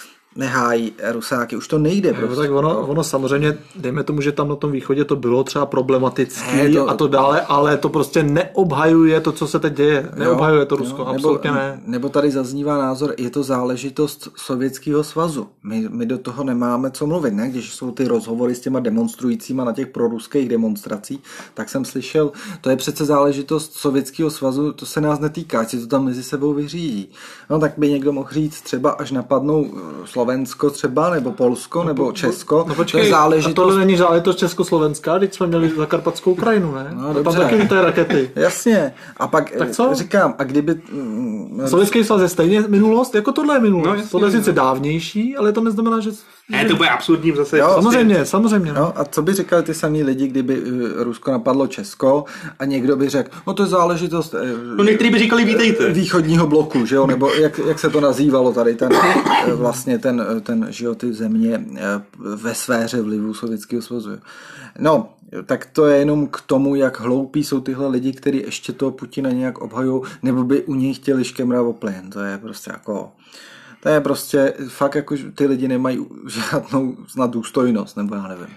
nehájí Rusáky, už to nejde.
Prostě. No, tak ono, ono samozřejmě, dejme tomu, že tam na tom východě to bylo třeba problematické
ne, to,
a to dále, ale to prostě neobhajuje to, co se teď děje. Neobhajuje to Rusko, jo, absolutně
nebo,
ne.
Nebo tady zaznívá názor, je to záležitost Sovětského svazu. My, my do toho nemáme co mluvit, ne? Když jsou ty rozhovory s těma demonstrujícíma na těch proruských demonstracích, tak jsem slyšel, to je přece záležitost Sovětského svazu, to se nás netýká, ať si to tam mezi sebou vyřídí. No tak by někdo mohl říct, třeba až napadnou Slovensko třeba, nebo Polsko, nebo
no,
Česko.
No počkej, to je záležitost... a tohle není záležitost Československá, teď jsme měli Zakarpatskou Ukrajinu, ne?
No,
a
dobře.
tam taky lítají rakety.
Jasně. A pak tak co? Říkám, a kdyby...
Sovětský svaz je stejně minulost, jako tohle je minulost. No, jasně, tohle je sice dávnější, ale to neznamená, že...
Ne, to bude absurdní zase.
Jo,
samozřejmě, prostě... samozřejmě.
No, a co by říkali ty samý lidi, kdyby Rusko napadlo Česko a někdo by řekl, no to je záležitost...
No někteří by říkali, vítejte.
Východního bloku, že jo, nebo jak, jak se to nazývalo tady, ten vlastně ten, ten že jo, ty země ve sféře vlivu Sovětského svazu. No, tak to je jenom k tomu, jak hloupí jsou tyhle lidi, kteří ještě toho Putina nějak obhajují, nebo by u něj chtěli škemrat o plyn. To je prostě jako... To je prostě fakt jako, že ty lidi nemají žádnou snad důstojnost, nebo já nevím.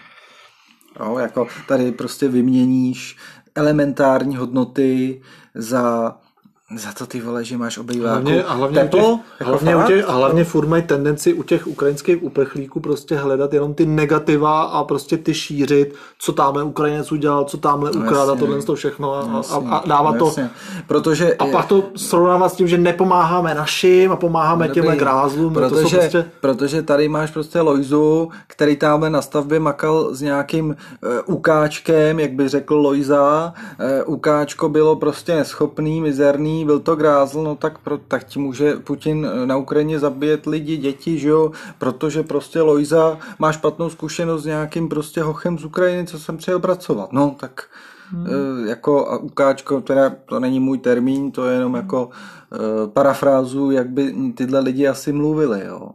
Jo, jako tady prostě vyměníš elementární hodnoty za... Za to ty vole, že máš obejváku
a hlavně
teplo.
Těch, hlavně, těch, a hlavně furt mají tendenci u těch ukrajinských uprchlíků prostě hledat jenom ty negativa a prostě ty šířit, co tamhle Ukrajinec udělal, co tamhle no ukradl a tohle to všechno a,
jasně,
a, a dávat
no
to.
Protože,
a pak to srovnávat s tím, že nepomáháme našim a pomáháme no těmhle grázlům.
Protože,
to jsou prostě...
protože tady máš prostě Lojzu, který tamhle na stavbě makal s nějakým uh, ukáčkem, jak by řekl Lojza. Uh, ukáčko bylo prostě neschopný, mizerný, byl to grázl, no tak, pro, tak ti může Putin na Ukrajině zabíjet lidi, děti, že jo, protože prostě Lojza má špatnou zkušenost s nějakým prostě hochem z Ukrajiny, co jsem přijel pracovat. No tak hmm. e, jako a ukáčko, teda to není můj termín, to je jenom jako e, parafrázu, jak by tyhle lidi asi mluvili, jo.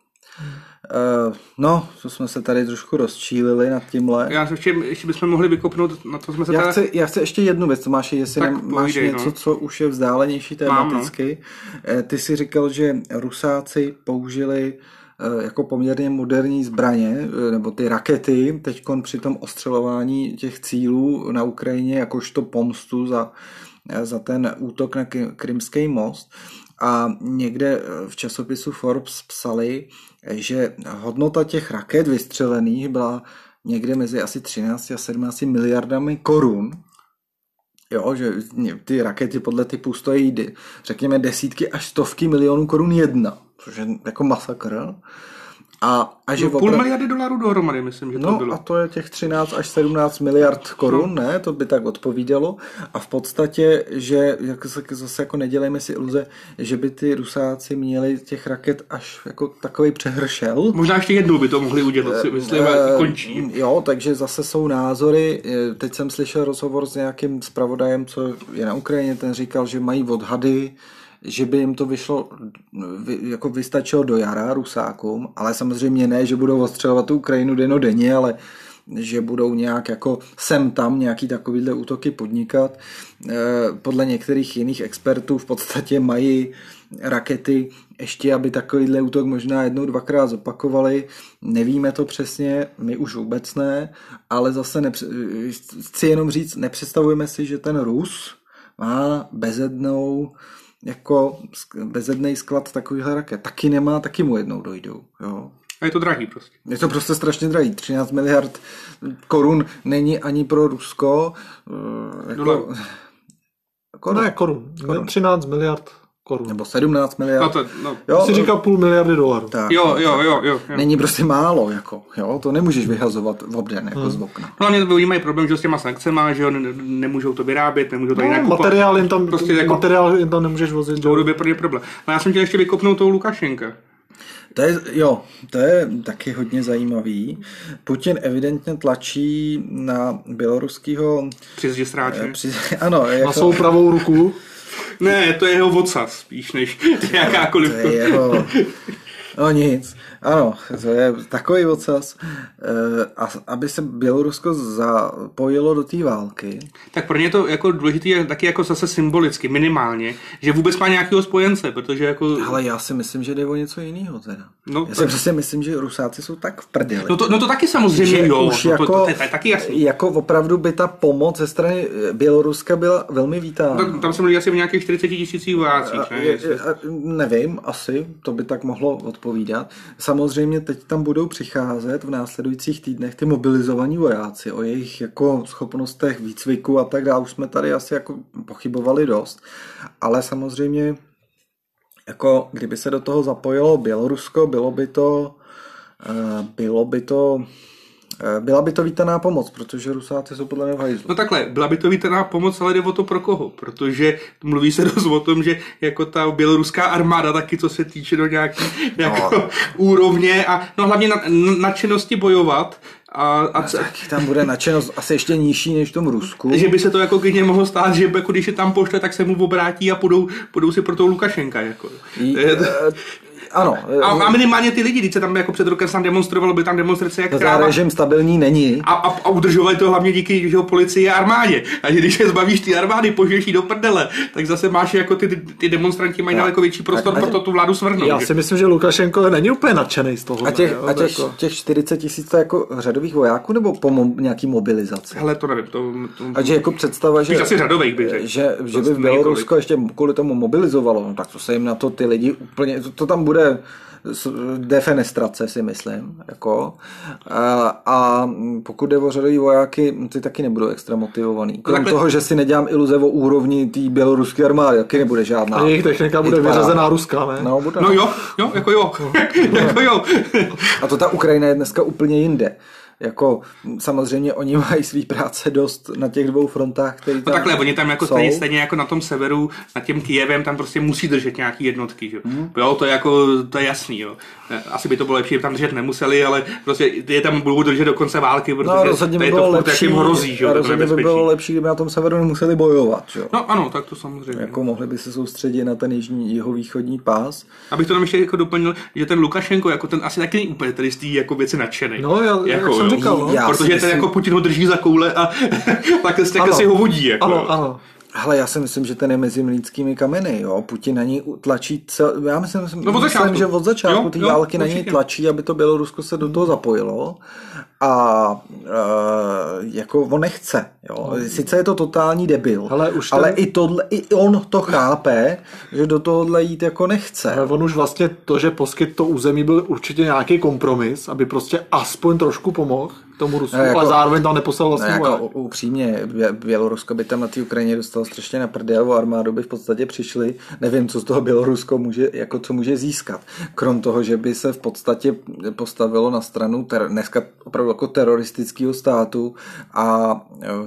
Uh, no, to jsme se tady trošku rozčílili nad tímhle.
Já ještě, ještě bychom mohli vykopnout, na to jsme se
já
tady...
chci, já chci ještě jednu věc, Tomáši, jestli
tak
máš
povídej,
něco,
no.
co už je vzdálenější tematicky. Mám, no. Ty jsi říkal, že Rusáci použili jako poměrně moderní zbraně, nebo ty rakety, teďkon při tom ostřelování těch cílů na Ukrajině, jakožto pomstu za, za ten útok na Krymský most. A někde v časopisu Forbes psali, že hodnota těch raket vystřelených byla někde mezi asi třináct a sedmnáct miliardami korun. Jo, že ty rakety podle typu stojí, řekněme, desítky až stovky milionů korun jedna, což je jako masakr. A, a že
no, půl
opravdu...
miliardy dolarů dohromady, myslím, že to
no,
bylo.
A to je těch třináct až sedmnáct miliard korun, no. Ne? To by tak odpovídalo. A v podstatě, že jak se, zase jako nedělejme si iluze, že by ty Rusáci měli těch raket až jako takový přehršel.
Možná ještě jednou by to mohli udělat, si myslím, a končí.
Jo, takže zase jsou názory. Teď jsem slyšel rozhovor s nějakým zpravodajem, co je na Ukrajině, ten říkal, že mají odhady, že by jim to vyšlo, jako vystačilo do jara Rusákům, ale samozřejmě ne, že budou ostřelovat tu Ukrajinu dennodenně, ale že budou nějak jako sem tam nějaký takovýhle útoky podnikat. Podle některých jiných expertů v podstatě mají rakety ještě, aby takovýhle útok možná jednou, dvakrát zopakovali. Nevíme to přesně, my už vůbec ne, ale zase nepře- chci jenom říct, nepředstavujeme si, že ten Rus má bezednou jako bezednej sklad takovýhle raket. Taky nemá, taky mu jednou dojdou. Jo.
A je to drahý prostě.
Je to prostě strašně drahý. třináct miliard korun není ani pro Rusko. Jako,
korun. Ne, korun. korun. třináct miliard korun.
Nebo sedmnáct miliard.
No to, no.
Jo, si říkal půl miliardy dolarů.
Tak,
Jo, jo, jo, jo.
Není prostě málo, jako, jo, to nemůžeš vyhazovat v obden, jako hmm. z okna.
Hlavně oni mají problém, že s těma sankcema, že jo, nemůžou to vyrábět, nemůžou to
no,
jinak
kupovat. Materiál jen tam,
prostě jako,
materiál jen tam nemůžeš vozit.
Dlouhodobě pro ně problém. No já jsem chtěl ještě vykopnout toho Lukašenka.
To je, jo, to je taky hodně zajímavý. Putin evidentně tlačí na běloruskýho...
Přizděstráče.
Při, ano. Jako,
na svou pravou ruku.
Ne, to je jeho vocas spíš, než jakákoliv.
To je jeho... No nic. Ano, to je takový ocas. A aby se Bělorusko zapojilo do té války.
Tak pro ně to jako důležité je taky jako zase symbolicky, minimálně, že vůbec má nějakého spojence, protože jako...
Ale já si myslím, že jde o něco jiného teda.
No,
já si prostě myslím, že Rusáci jsou tak v prdeli.
No to, no to taky samozřejmě,
že
jo.
Už
no
jako,
to, to, to, to je taky jasný.
Jako opravdu by ta pomoc ze strany Běloruska byla velmi vítána.
Tam, tam se mluví asi v nějakých čtyřicet tisících vojácích, ne?
Nevím, asi, to by tak mohlo odpovídat. Samozřejmě teď tam budou přicházet v následujících týdnech ty mobilizovaní vojáci, o jejich jako schopnostech výcviku a tak dále. Už jsme tady asi jako pochybovali dost, ale samozřejmě jako kdyby se do toho zapojilo Bělorusko, bylo by to bylo by to Byla by to vítaná pomoc, protože Rusáci jsou podle mě v hajzlu.
No takhle, byla by to vítaná pomoc, ale jde o to pro koho, protože mluví se dost o tom, že jako ta běloruská armáda taky, co se týče do nějaký, nějakého no. úrovně a no hlavně na, nadšenosti bojovat. A, a
no, tak tam bude nadšenost asi ještě nižší než v tom Rusku.
Že by se to jako klidně mohlo stát, že jako když je tam pošle, tak se mu obrátí a půjdou, půjdou si pro toho Lukašenka. Jako.
J, Ano.
A, a minimálně ty lidi, když se tam jako před rokem tam demonstrovalo, by tam demonstrace jak
kráva. Režim stabilní není.
A, a, a udržovali to hlavně díky že policii a armádě. A že když se zbavíš ty armády, požiješ jí do prdele, tak zase máš jako ty, ty demonstranti mají daleko větší prostor pro to tu vládu svrhnout.
Já si myslím, že Lukašenko není úplně nadšený z toho.
A těch, jo, a těch, jako... těch čtyřicet tisíc to jako řadových vojáků nebo po mo- nějaký mobilizaci?
Hele, to nevím. To, to...
A že jako představa, že,
asi řadových bych řekl.
Že, že by Bělorusko ještě kvůli tomu mobilizovalo, no, tak to se jim na to ty lidi úplně, to, to tam bude defenestrace, si myslím. Jako. A, a pokud jde o řadový vojáky, ty taky nebudou extra motivovaný. Krom takhle... toho, že si nedělám iluze o úrovni té běloruské armády, taky nebude žádná.
A jejich technika bude vyřazená ruská, ne?
No, bude.
No jo, jo, jako jo. jako jo.
A to ta Ukrajina je dneska úplně jinde. Jako samozřejmě oni mají svý práce dost na těch dvou frontách, který tam
no takhle, oni tam jako
jsou.
stejně, stejně jako na tom severu, nad tím Kyjevem, tam prostě musí držet nějaký jednotky, že? Hmm. Jo, to je jako, to je jasný, jo. Asi by to bylo lepší, kdyby tam držet nemuseli, ale prostě je tam budou držet do konce války, protože
no, rozhodně
to
by
je
bylo
to
lepší,
furt, jak jim hrozí, že jo.
Rozhodně by bylo lepší, kdyby na tom severu nemuseli bojovat, že jo.
No ano, tak to samozřejmě.
Jako mohli by se soustředit na ten jižní, jihovýchodní pás.
Abych to tam ještě jako doplnil, že ten Lukašenko, jako ten asi taky není úplně tady z té jako věci nadšenej.
No, já,
jako,
jak jsem říkal, no.
Já
protože ten
myslím...
jako Putin ho drží za koule a tak si ho vodí. Jako.
Ano, ano.
Hele, já si myslím, že ten je mezi mlýnskými kameny, jo. Putin na něj tlačí cel... Já myslím,
no,
myslím že od začátku té války na něj tlačí, aby to Bělorusko se do toho zapojilo. A e, jako on nechce, jo. Sice je to totální debil,
ale, už ten...
ale i, tohle, i on to chápe, že do tohohle jít jako nechce.
Ale on už vlastně to, že poskyt to území byl určitě nějaký kompromis, aby prostě aspoň trošku pomohl tomu Rusku, jako, ale zároveň tam neposlal vlastně
ne, jako upřímně, Bělorusko by tam na té Ukrajině dostalo strašně na prdel, armádu by v podstatě přišli, nevím, co z toho Bělorusko může, jako co může získat. Krom toho, že by se v podstatě postavilo na stranu ter, dneska opravdu jako teroristického státu a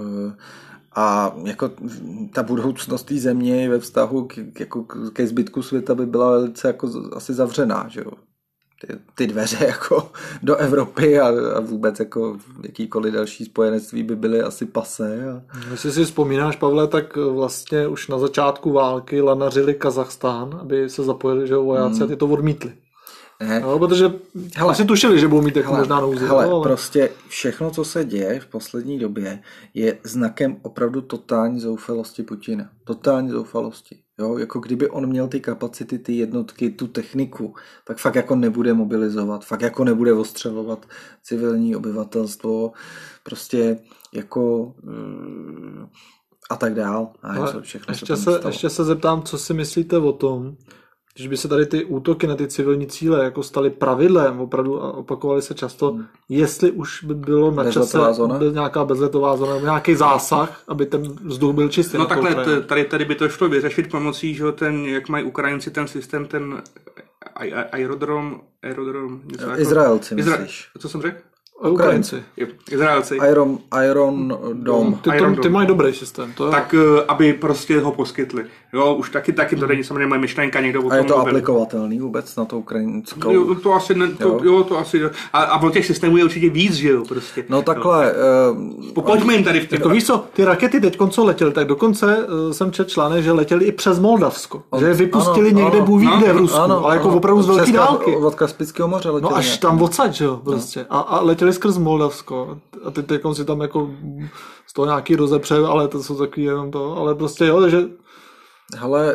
a jako ta budoucnost té země ve vztahu k, jako ke zbytku světa by byla velice jako asi zavřená, že jo. Ty, ty dveře jako do Evropy a, a vůbec jako jakýkoliv další spojenectví by byly asi pasé. A...
Jestli si vzpomínáš, Pavle, tak vlastně už na začátku války lanařili Kazachstán, aby se zapojili, že vojáci hmm. a ty to odmítli.
Ne.
No, protože hele, asi tušili, že budou mít jako možná nouzi.
Hele,
no, ale...
prostě všechno, co se děje v poslední době, je znakem opravdu totální zoufalosti Putina. Totální zoufalosti. Jo, jako kdyby on měl ty kapacity, ty jednotky, tu techniku, tak fakt jako nebude mobilizovat, fakt jako nebude ostřelovat civilní obyvatelstvo, prostě jako mm, a tak dál. A
ale všechno ještě, se, ještě se zeptám, co si myslíte o tom, když by se tady ty útoky na ty civilní cíle jako staly pravidlem opravdu a opakovaly se často, hmm. jestli už by bylo na čase nějaká bezletová zóna, nějaký zásah, aby ten vzduch byl čistý.
No takhle, t- tady, tady by to šlo vyřešit pomocí, že ten, jak mají Ukrajinci ten systém, ten aerodrom, aerodrom, něco jako...
Izraelci, Izra- myslíš?
Co jsem řekl?
Ukrajinci.
Izraelci.
Iron, Iron Dome.
Ty,
Iron
to, ty mají dobrý systém. To je...
Tak, aby prostě ho poskytli. Jo, už taky, taky to není samozřejmě moje myšlenka, někdo o tom
A je to
mluvil.
aplikovatelný vůbec na to ukrajinskou?
Jo, to asi, ne, to, jo. jo, to asi, a, a o těch systémů je určitě víc, že jo, prostě.
No takhle.
Uh, Pojďme jim tady v těch...
Jako víš co, ty rakety teď co letěly, tak dokonce uh, jsem četl článek, že letěli i přes Moldavsko. On, že je vypustili ano, někde
ano,
Bůh ví kde v Rusku,
ano,
ale jako
ano,
opravdu z velký dálky.
Od Kaspického moře letěli.
No až
nějaký.
tam odsaď, že jo, prostě. No. A, a letěli skrz Moldavsko. A ty teď si tam jako z toho nějaký rozepře, ale to jsou takový jenom to, ale prostě jo, takže...
Hele,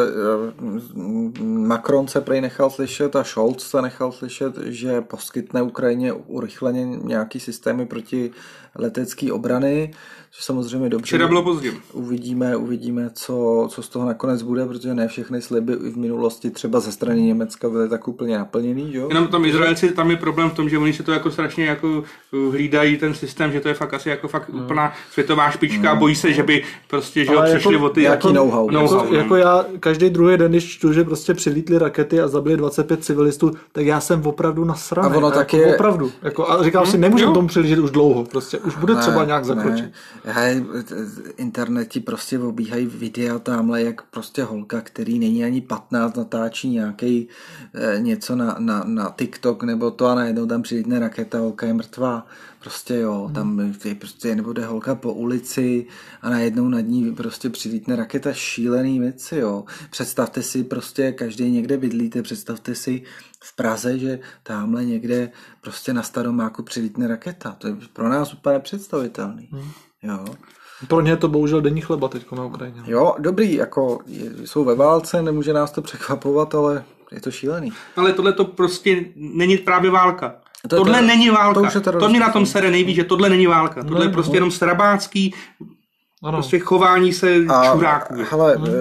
Macron se prej nechal slyšet a Scholz se nechal slyšet, že poskytne Ukrajině urychleně nějaký systémy proti letecké obrany, což samozřejmě dobře.
Včera bylo pozdě.
Uvidíme, uvidíme, co, co z toho nakonec bude, protože ne všechny sliby i v minulosti třeba ze strany Německa byly tak úplně naplněný, jo?
Jenom tam Izraelci, tam je problém v tom, že oni se to jako strašně jako hlídají ten systém, že to je fakt asi jako fakt hmm. úplná světová špička, hmm. bojí se, že by prostě, že přišli
jako,
o ty
jaký know-how.
know-how jako, jako já každý druhý den, když čtu, že prostě přilítly rakety a zabili dvacet pět civilistů, tak já jsem opravdu nasraný.
A ono
a
tak
jako
je...
opravdu. Jako, a říkám hmm. si, nemůžeme tomu přilížit už dlouho, prostě už bude
ne,
třeba nějak zakročit.
Ne. Interneti prostě obíhají videa tamhle, jak prostě holka, který není ani patnáct, natáčí nějaký eh, něco na, na, na TikTok nebo to a najednou tam přijde raketa, holka je mrtvá. Prostě jo, tam je prostě nebo jde holka po ulici a najednou nad ní prostě přilítne raketa, šílený věci, jo. Představte si prostě, každý někde bydlíte, představte si v Praze, že tamhle někde prostě na Staromáku přilítne raketa. To je pro nás úplně nepředstavitelný. Hmm. Jo.
Pro ně je to bohužel denní chleba teď na Ukrajině.
Jo, dobrý, jako jsou ve válce, nemůže nás to překvapovat, ale je to šílený.
Ale tohle to prostě není právě válka.
To
tohle
to,
není válka.
To,
to mě na tom sere nejvíc, že tohle není válka. Tohle je prostě jenom strabácký ano. prostě chování se a, čuráků.
Hele, hmm.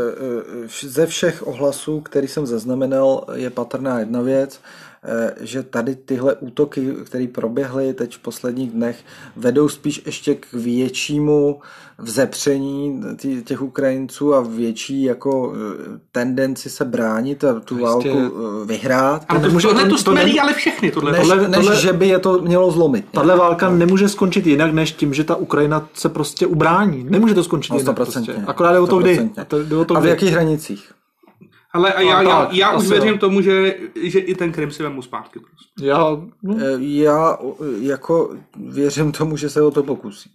ze všech ohlasů, který jsem zaznamenal, je patrná jedna věc, že tady tyhle útoky, které proběhly teď v posledních dnech, vedou spíš ještě k většímu vzepření těch Ukrajinců a větší jako tendenci se bránit a tu válku vyhrát.
Ale to, tohle to, to stmelí ale všechny. Tohle,
než,
tohle,
než
tohle,
že by je to mělo zlomit.
Tahle válka nemůže skončit jinak, než tím, že ta Ukrajina se prostě ubrání. Nemůže to skončit
no,
jinak. Prostě. Akorát jde o to kdy.
A v jakých hranicích?
Ale a já, já, já už věřím jo. tomu, že, že i ten Krym si vemu zpátky. Prostě.
Já,
no. já jako věřím tomu, že se o to pokusí.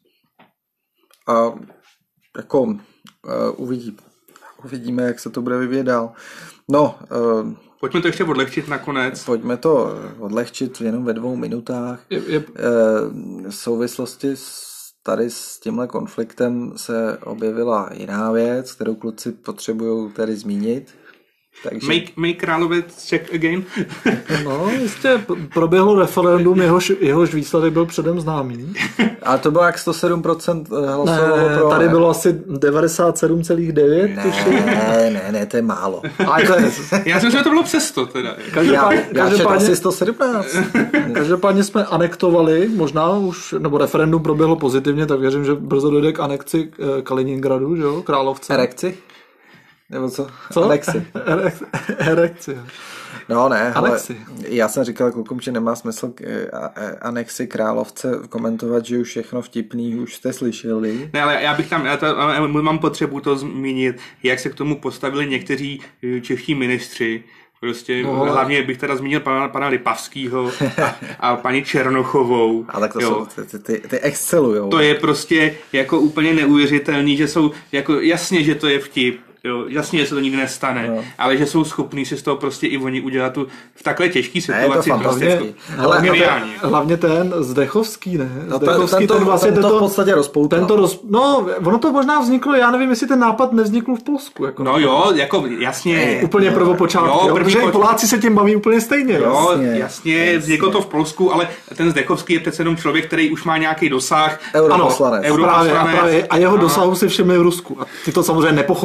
A jako uh, uvidí, uvidíme, jak se to bude vyvíjet dál. No, uh,
pojďme to ještě odlehčit nakonec.
Pojďme to odlehčit jenom ve dvou minutách.
Je, je...
Uh, v souvislosti s tady s tímhle konfliktem se objevila jiná věc, kterou kluci potřebují tady zmínit. Takže...
Make, make Královec check again.
No, jistě proběhlo referendum, jehož, jehož výsledek byl předem známý.
A to bylo jak sto sedm procent hlasovalo
ne,
pro...
Tady bylo asi devadesát sedm celá devět procent.
Ne, ne, ne, to je málo.
A to je...
Já jsem, že to bylo přes sto teda.
Každopádně,
já, já
každopádně,
asi sto sedmnáct.
Každopádně jsme anektovali, možná už, nebo referendum proběhlo pozitivně, tak věřím, že brzo dojde k anexi Kaliningradu, že jo, Královce.
Erekci? Nebo co?
Co?
Anexi.
Erekci.
No ne, hele, já jsem říkal klukům, že nemá smysl k anexi Královce komentovat, že už všechno vtipný, už jste slyšeli.
Ne, ale já bych tam, já to, já mám potřebu to zmínit, jak se k tomu postavili někteří čeští ministři. Prostě no, hlavně bych teda zmínil pana, pana Lipavskýho a, a paní Černochovou.
A tak to jo. jsou, ty, ty, ty excelujou.
To je prostě jako úplně neuvěřitelný, že jsou, jako jasně, že to je vtip. Jo, jasně, že se to nikdy nestane, no. Ale že jsou schopní si z toho prostě i oni udělat tu v takhle těžké situaci.
Ne,
prostě
hlavně, ten, hlavně ten Zdechovský, ne?
No,
Zdechovský,
ten, ten, ten, vlastně ten to v podstatě rozpoutal.
Tento roz, no, ono to možná vzniklo, já nevím, jestli ten nápad nevznikl v Polsku. Jako
no jo, jako jasně.
Ne, úplně prvopočátku, jo, protože poč... Poláci se tím baví úplně stejně.
Jo, jasně, jasně vzniklo to v Polsku, ale ten Zdechovský je přece jenom člověk, který už má nějaký dosah.
Europoslanec.
Ano, právě, a, právě, a jeho dosahu si všimli v Rusku. A ty to samozřejmě nepochopili, že jo?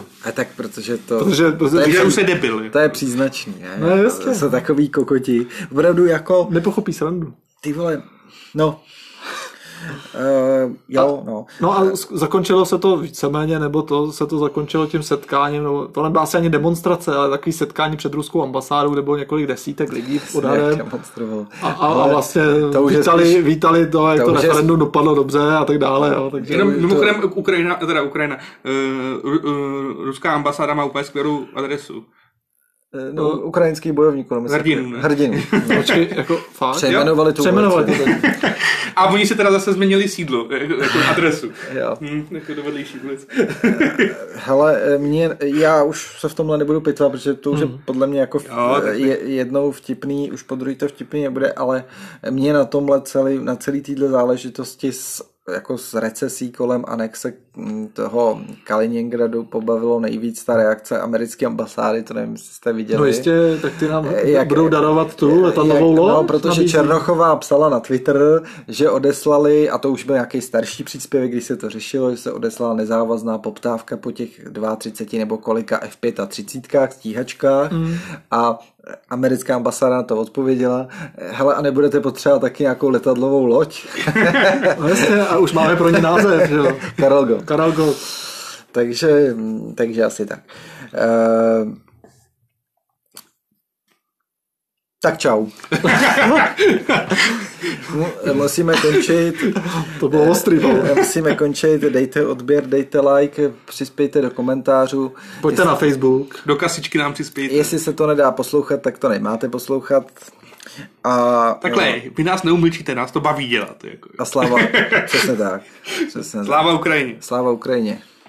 A tak protože to...
Protože, protože
to, je,
už se debil.
To je příznačný, ne?
No, jasně.
To jsou takový kokoti. Opravdu jako...
Nepochopí srandu.
Ty vole, no... Uh, jo, no.
No a zakončilo se to víceméně, nebo to se to zakončilo tím setkáním, no, to nebyla asi ani demonstrace, ale takový setkání před ruskou ambasádou, kde bylo několik desítek lidí odhadem. A, a, a vlastně to vítali, spíš, vítali to, jak to, to referendum je... dopadlo dobře a tak dále. Jo, takže
jenom mimochodem to... Ukrajina, teda Ukrajina, uh, uh, ruská ambasáda má úplně skvělou adresu.
No, ukrajinský bojovník, no,
hrdinu, ne?
Hrdinu.
Počkej, jako fakt?
Přejmenovali tu
Přejmenovali to.
A oni si teda zase změnili sídlo, jako, jako adresu.
Jo.
Hm, jako do vedlejší ulic.
Hele, mě, já už se v tomhle nebudu pitvat, protože to už je podle mě jako
jo,
je, jednou vtipný, už po druhý to vtipný nebude, ale mě na tomhle celý, na celý týhle záležitosti s jako s recesí kolem anexe toho Kaliningradu pobavilo nejvíc ta reakce americké ambasády, to nevím, jestli jste viděli.
No jistě, tak ty nám
jak,
budou darovat tu letadlovou loď.
No, protože nabízí. Černochová psala na Twitter, že odeslali, a to už byl nějaký starší příspěvek, když se to řešilo, že se odeslala nezávazná poptávka po těch třicet dva nebo kolika F třicet pět stíhačkách mm. a americká ambasáda na to odpověděla, hele, a nebudete potřebovat taky nějakou letadlovou loď?
No jasně, a už máme pro ně název, že jo?
Karel Gott.
Karel Gott.
Takže, takže asi tak. Uh, tak čau. Musíme končit.
To bylo ostrý.
Musíme končit, dejte odběr, dejte like, přispějte do komentářů.
Pojďte jestli, na Facebook.
Do kasičky nám přispějte.
Jestli se to nedá poslouchat, tak to nemáte poslouchat. A,
takhle, jo. Vy nás neumlčíte, nás to baví dělat. Jako.
A sláva, přesně tak. Přesně
sláva Ukrajině.
Sláva Ukrajině.